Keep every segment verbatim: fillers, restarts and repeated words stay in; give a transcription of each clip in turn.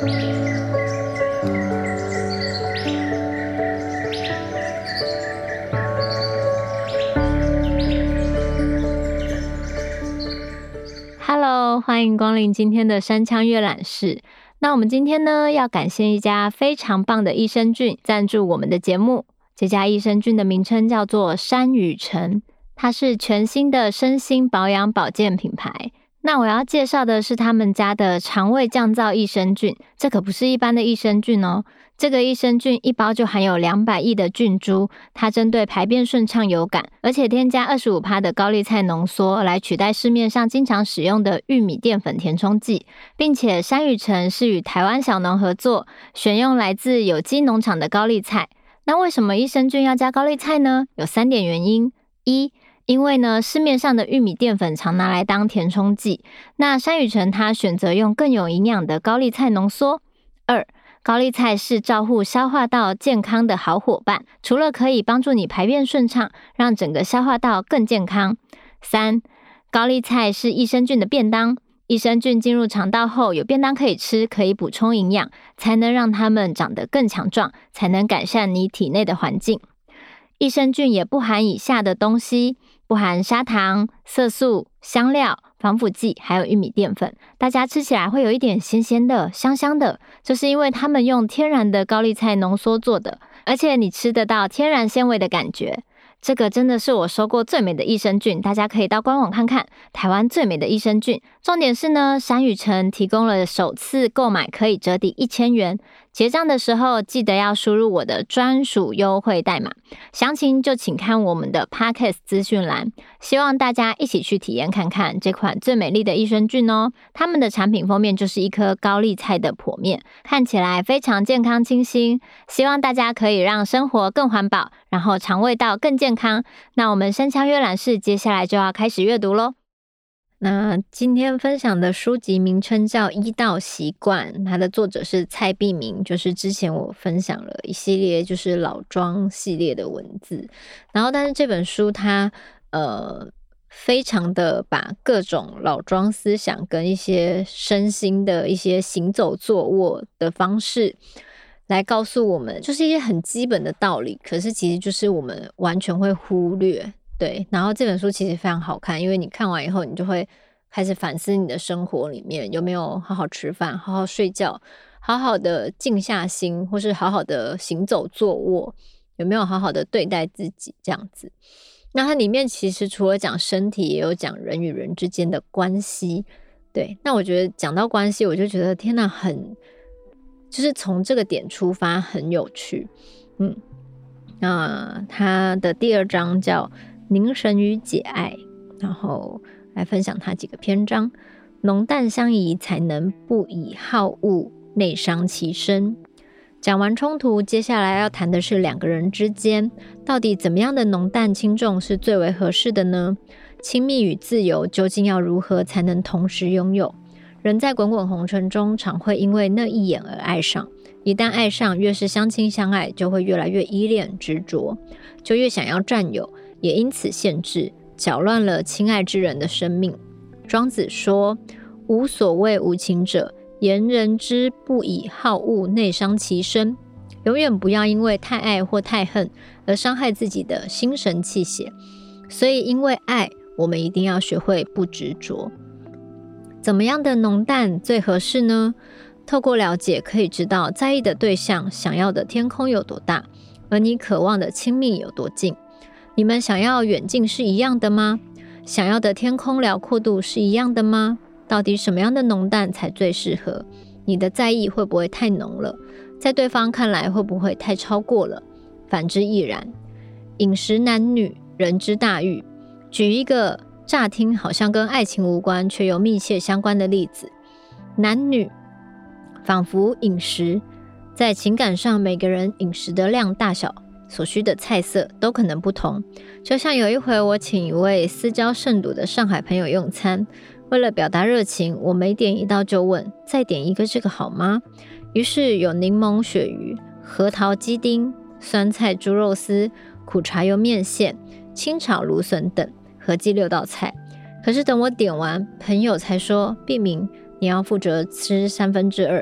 Hello， 欢迎光临今天的山羌阅览室。那我们今天呢，要感谢一家非常棒的益生菌赞助我们的节目。这家益生菌的名称叫做山雨晨，它是全新的身心保养保健品牌。那我要介绍的是他们家的肠胃降燥益生菌，这可不是一般的益生菌哦。这个益生菌一包就含有两百亿的菌株，它针对排便顺畅有感，而且添加 百分之二十五 的高丽菜浓缩来取代市面上经常使用的玉米淀粉填充剂，并且山雨晨是与台湾小农合作，选用来自有机农场的高丽菜。那为什么益生菌要加高丽菜呢？有三点原因。一，因为呢，市面上的玉米淀粉常拿来当填充剂，那山雨晨它选择用更有营养的高丽菜浓缩。二，高丽菜是照护消化道健康的好伙伴，除了可以帮助你排便顺畅，让整个消化道更健康。三，高丽菜是益生菌的便当，益生菌进入肠道后有便当可以吃，可以补充营养，才能让它们长得更强壮，才能改善你体内的环境。益生菌也不含以下的东西，不含砂糖、色素、香料、防腐剂，还有玉米淀粉。大家吃起来会有一点咸咸的、香香的，这是因为他们用天然的高丽菜浓缩做的，而且你吃得到天然纤维的感觉。这个真的是我收过最美的益生菌，大家可以到官网看看，台湾最美的益生菌。重点是呢，山雨晨提供了首次购买可以折抵一千元，结账的时候记得要输入我的专属优惠代码，详情就请看我们的 Podcast 资讯栏。希望大家一起去体验看看这款最美丽的益生菌哦。他们的产品封面就是一颗高丽菜的剖面，看起来非常健康清新，希望大家可以让生活更环保，然后肠胃道更健康。那我们山羌阅览室接下来就要开始阅读咯。那今天分享的书籍名称叫《医道习惯》，它的作者是蔡璧名，就是之前我分享了一系列就是老庄系列的文字，然后但是这本书它呃非常的把各种老庄思想跟一些身心的一些行走坐卧的方式来告诉我们，就是一些很基本的道理，可是其实就是我们完全会忽略。对，然后这本书其实非常好看，因为你看完以后你就会开始反思你的生活里面有没有好好吃饭，好好睡觉，好好的静下心，或是好好的行走坐卧，有没有好好的对待自己这样子。那它里面其实除了讲身体，也有讲人与人之间的关系。对，那我觉得讲到关系，我就觉得天哪，很就是从这个点出发很有趣。嗯，那它的第二章叫凝神与解爱，然后来分享它几个篇章。浓淡相宜，才能不以好恶内伤其身。讲完冲突，接下来要谈的是两个人之间到底怎么样的浓淡轻重是最为合适的呢？亲密与自由究竟要如何才能同时拥有？人在滚滚红尘中，常会因为那一眼而爱上，一旦爱上，越是相亲相爱，就会越来越依恋执着，就越想要占有，也因此限制，搅乱了亲爱之人的生命。庄子说：无所谓无情者，言人之不以好恶内伤其身。永远不要因为太爱或太恨而伤害自己的心神气血。所以因为爱，我们一定要学会不执着。怎么样的浓淡最合适呢？透过了解，可以知道在意的对象想要的天空有多大，而你渴望的亲密有多近。你们想要远近是一样的吗？想要的天空辽阔度是一样的吗？到底什么样的浓淡才最适合？你的在意会不会太浓了？在对方看来会不会太超过了？反之亦然。饮食男女，人之大欲。举一个乍听好像跟爱情无关，却又密切相关的例子。男女仿佛饮食，在情感上每个人饮食的量大小，所需的菜色都可能不同。就像有一回我请一位私交甚笃的上海朋友用餐，为了表达热情，我每点一道就问再点一个这个好吗？于是有柠檬鳕鱼、核桃鸡丁、酸菜猪肉丝、苦茶油面线、清炒芦笋等，合计六道菜。可是等我点完，朋友才说：璧名，你要负责吃三分之二，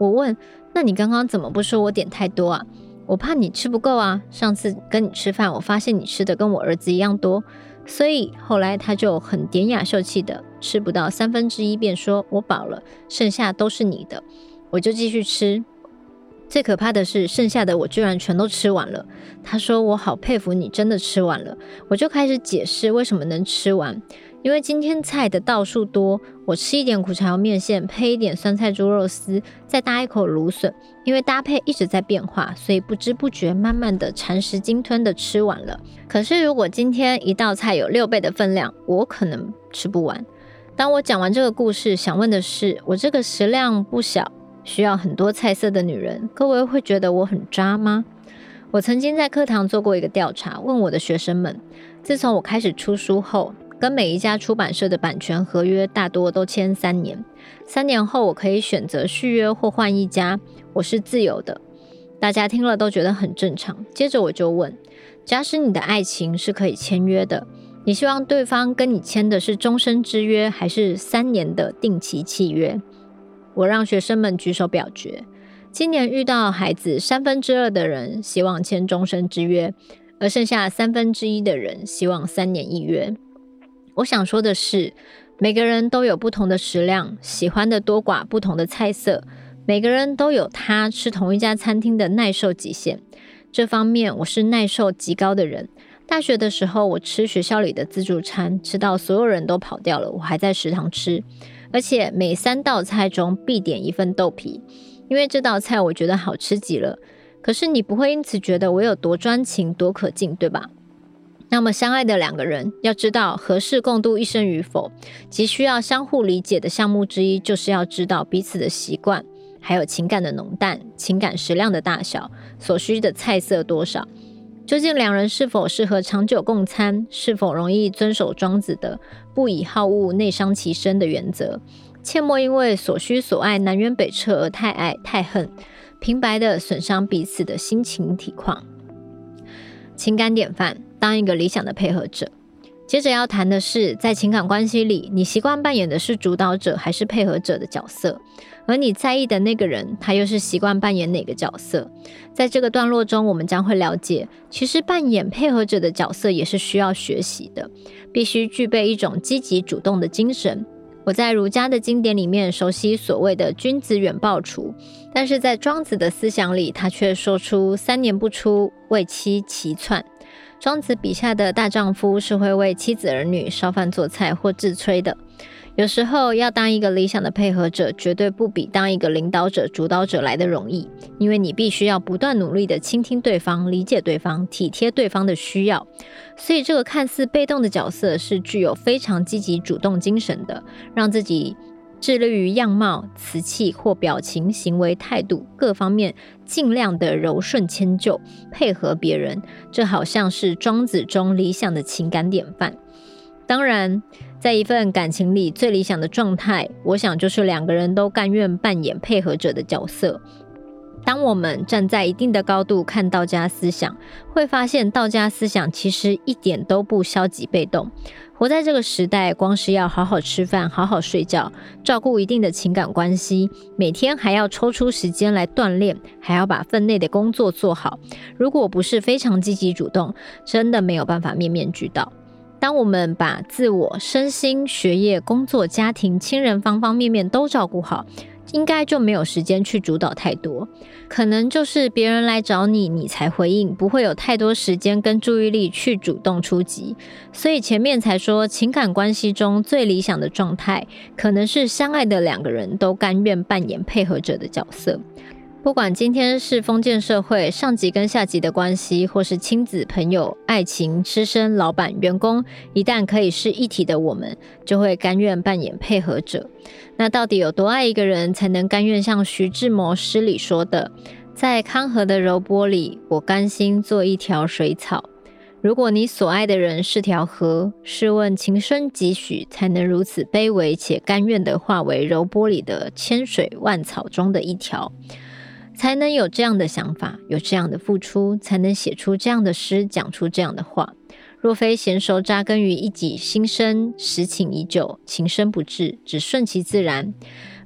我问，那你刚刚怎么不说我点太多啊？我怕你吃不够啊，上次跟你吃饭我发现你吃的跟我儿子一样多，所以后来他就很典雅秀气的吃不到三分之一便说我饱了，剩下都是你的。我就继续吃，最可怕的是剩下的我居然全都吃完了。他说我好佩服你真的吃完了。我就开始解释为什么能吃完，因为今天菜的道数多，我吃一点苦荞面线配一点酸菜猪肉丝，再搭一口芦笋，因为搭配一直在变化，所以不知不觉慢慢的蚕食鲸吞的吃完了。可是如果今天一道菜有六倍的分量，我可能吃不完。当我讲完这个故事，想问的是，我这个食量不小需要很多菜色的女人，各位会觉得我很渣吗？我曾经在课堂做过一个调查，问我的学生们，自从我开始出书后，跟每一家出版社的版权合约大多都签三年，三年后我可以选择续约或换一家，我是自由的。大家听了都觉得很正常。接着我就问，假使你的爱情是可以签约的，你希望对方跟你签的是终身之约，还是三年的定期契约？我让学生们举手表决。今年遇到孩子三分之二的人希望签终身之约，而剩下三分之一的人希望三年一约。我想说的是，每个人都有不同的食量，喜欢的多寡不同的菜色，每个人都有他吃同一家餐厅的耐受极限。这方面我是耐受极高的人。大学的时候，我吃学校里的自助餐，吃到所有人都跑掉了，我还在食堂吃，而且每三道菜中必点一份豆皮，因为这道菜我觉得好吃极了。可是你不会因此觉得我有多专情多可敬，对吧？那么相爱的两个人要知道合适共度一生与否，即需要相互理解的项目之一，就是要知道彼此的习惯，还有情感的浓淡、情感食量的大小、所需的菜色多少，究竟两人是否适合长久共餐，是否容易遵守庄子的不以好恶内伤其身的原则，切莫因为所需所爱南辕北辙而太爱太恨，平白的损伤彼此的心情体况。情感典范，当一个理想的配合者。接着要谈的是，在情感关系里，你习惯扮演的是主导者还是配合者的角色，而你在意的那个人，他又是习惯扮演哪个角色？在这个段落中，我们将会了解，其实扮演配合者的角色也是需要学习的，必须具备一种积极主动的精神。我在儒家的经典里面熟悉所谓的君子远庖厨，但是在庄子的思想里，他却说出三年不出，为妻齐窜。庄子笔下的大丈夫是会为妻子儿女烧饭做菜或自炊的。有时候要当一个理想的配合者，绝对不比当一个领导者、主导者来得容易，因为你必须要不断努力的倾听对方、理解对方、体贴对方的需要。所以这个看似被动的角色是具有非常积极主动精神的，让自己致力于样貌、词气或表情、行为、态度各方面尽量的柔顺迁就，配合别人。这好像是庄子中理想的情感典范。当然，在一份感情里最理想的状态，我想就是两个人都甘愿扮演配合者的角色。当我们站在一定的高度看道家思想，会发现道家思想其实一点都不消极被动。活在这个时代，光是要好好吃饭、好好睡觉，照顾一定的情感关系，每天还要抽出时间来锻炼，还要把分内的工作做好。如果不是非常积极主动，真的没有办法面面俱到。当我们把自我、身心、学业、工作、家庭、亲人方方面面都照顾好，应该就没有时间去主导太多，可能就是别人来找你，你才回应，不会有太多时间跟注意力去主动出击。所以前面才说，情感关系中最理想的状态，可能是相爱的两个人都甘愿扮演配合者的角色。不管今天是封建社会上级跟下级的关系，或是亲子、朋友、爱情、师生、老板、员工，一旦可以是一体的我们，就会甘愿扮演配合者。那到底有多爱一个人，才能甘愿像徐志摩诗里说的，在康河的柔波里，我甘心做一条水草。如果你所爱的人是条河，试问情深几许，才能如此卑微且甘愿地化为柔波里的千水万草中的一条，才能有这样的想法，有这样的付出，才能写出这样的诗，讲出这样的话。若非娴熟扎根于一己心声，实情已久，情深不至，只顺其自然，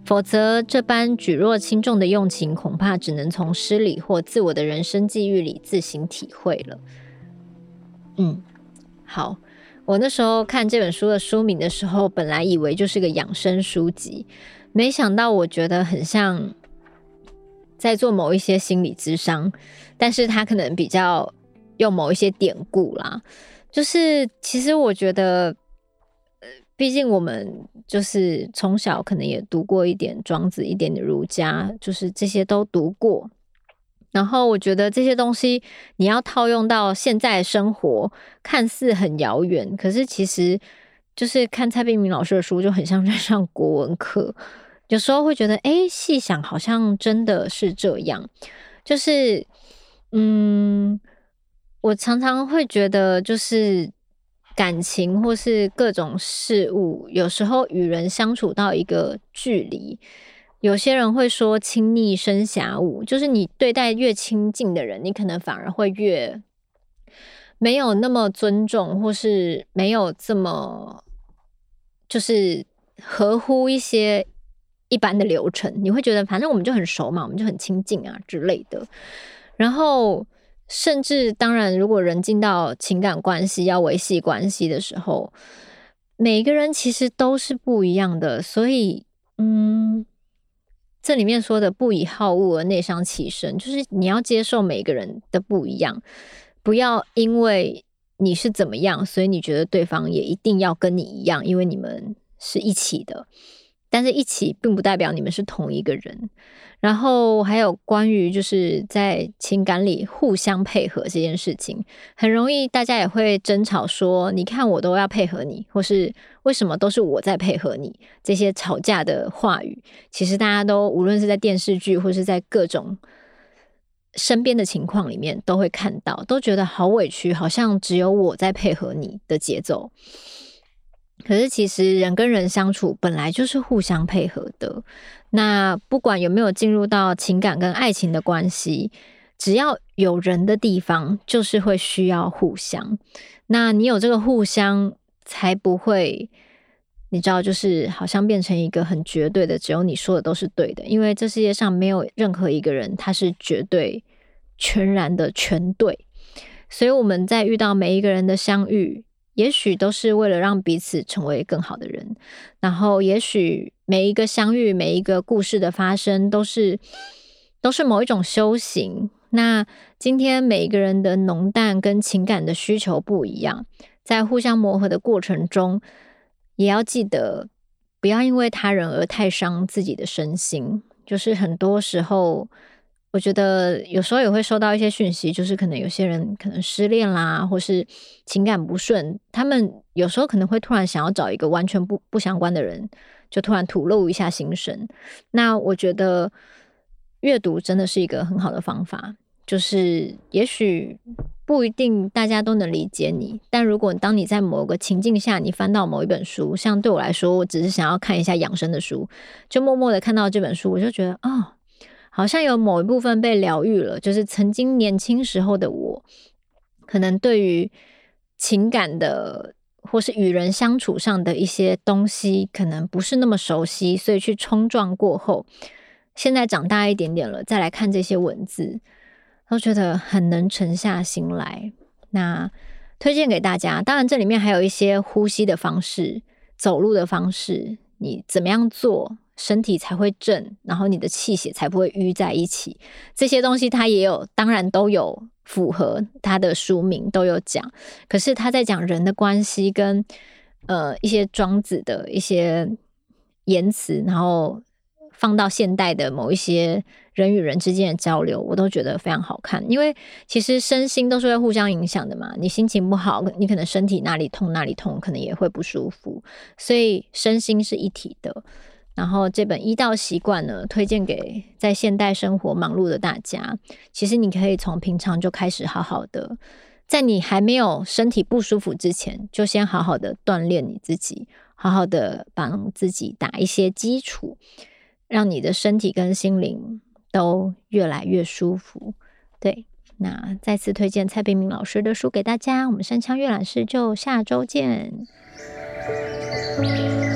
否则这般举弱轻重的用情，恐怕只能从诗里或自我的人生际遇里自行体会了。嗯，好，我那时候看这本书的书名的时候，本来以为就是个养生书籍，没想到我觉得很像在做某一些心理咨商，但是它可能比较用某一些典故啦。就是其实我觉得毕竟我们就是从小可能也读过一点庄子，一点点儒家，就是这些都读过。然后我觉得这些东西你要套用到现在的生活，看似很遥远，可是其实就是看蔡璧名老师的书就很像在上国文课，有时候会觉得诶，细想好像真的是这样。就是嗯，我常常会觉得就是感情或是各种事物，有时候与人相处到一个距离，有些人会说亲昵生遐恶，就是你对待越亲近的人，你可能反而会越没有那么尊重，或是没有这么就是合乎一些一般的流程，你会觉得反正我们就很熟嘛，我们就很亲近啊之类的。然后甚至当然如果人进到情感关系要维系关系的时候，每个人其实都是不一样的，所以嗯，这里面说的不以好恶而内伤其身，就是你要接受每个人的不一样，不要因为你是怎么样，所以你觉得对方也一定要跟你一样，因为你们是一起的，但是一起并不代表你们是同一个人。然后还有关于就是在情感里互相配合这件事情，很容易大家也会争吵说你看我都要配合你，或是为什么都是我在配合你，这些吵架的话语，其实大家都无论是在电视剧或是在各种身边的情况里面都会看到，都觉得好委屈，好像只有我在配合你的节奏。可是其实人跟人相处本来就是互相配合的，那不管有没有进入到情感跟爱情的关系，只要有人的地方就是会需要互相，那你有这个互相才不会你知道就是好像变成一个很绝对的只有你说的都是对的，因为这世界上没有任何一个人他是绝对全然的全对，所以我们在遇到每一个人的相遇，也许都是为了让彼此成为更好的人，然后也许每一个相遇，每一个故事的发生都是都是某一种修行。那今天每一个人的浓淡跟情感的需求不一样，在互相磨合的过程中，也要记得不要因为他人而太伤自己的身心。就是很多时候我觉得有时候也会收到一些讯息，就是可能有些人可能失恋啦，或是情感不顺，他们有时候可能会突然想要找一个完全不不相关的人，就突然吐露一下心声。那我觉得阅读真的是一个很好的方法，就是也许不一定大家都能理解你，但如果当你在某个情境下，你翻到某一本书，像对我来说，我只是想要看一下养生的书，就默默的看到这本书，我就觉得哦，好像有某一部分被疗愈了，就是曾经年轻时候的我，可能对于情感的或是与人相处上的一些东西可能不是那么熟悉，所以去冲撞过后，现在长大一点点了，再来看这些文字，都觉得很能沉下心来。那推荐给大家，当然这里面还有一些呼吸的方式，走路的方式，你怎么样做身体才会正，然后你的气血才不会淤在一起，这些东西它也有，当然都有符合它的书名都有讲，可是他在讲人的关系跟呃一些庄子的一些言辞，然后放到现代的某一些人与人之间的交流，我都觉得非常好看。因为其实身心都是会互相影响的嘛，你心情不好，你可能身体哪里痛哪里痛，可能也会不舒服，所以身心是一体的。然后这本医道习惯呢，推荐给在现代生活忙碌的大家。其实你可以从平常就开始好好的，在你还没有身体不舒服之前，就先好好的锻炼你自己，好好的帮自己打一些基础，让你的身体跟心灵都越来越舒服。对，那再次推荐蔡璧名老师的书给大家，我们山羌阅览室就下周见。